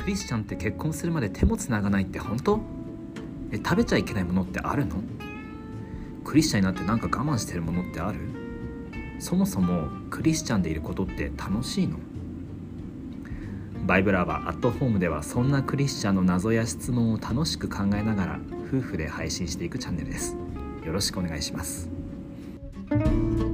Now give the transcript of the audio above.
リスチャンって結婚するまで手もつながないって本当？食べちゃいけないものってあるの？クリスチャンになってなんか我慢してるものってある？そもそもクリスチャンでいることって楽しいの？バイブラバーアットホームではそんなクリスチャンの謎や質問を楽しく考えながら夫婦で配信していくチャンネルです。よろしくお願いします。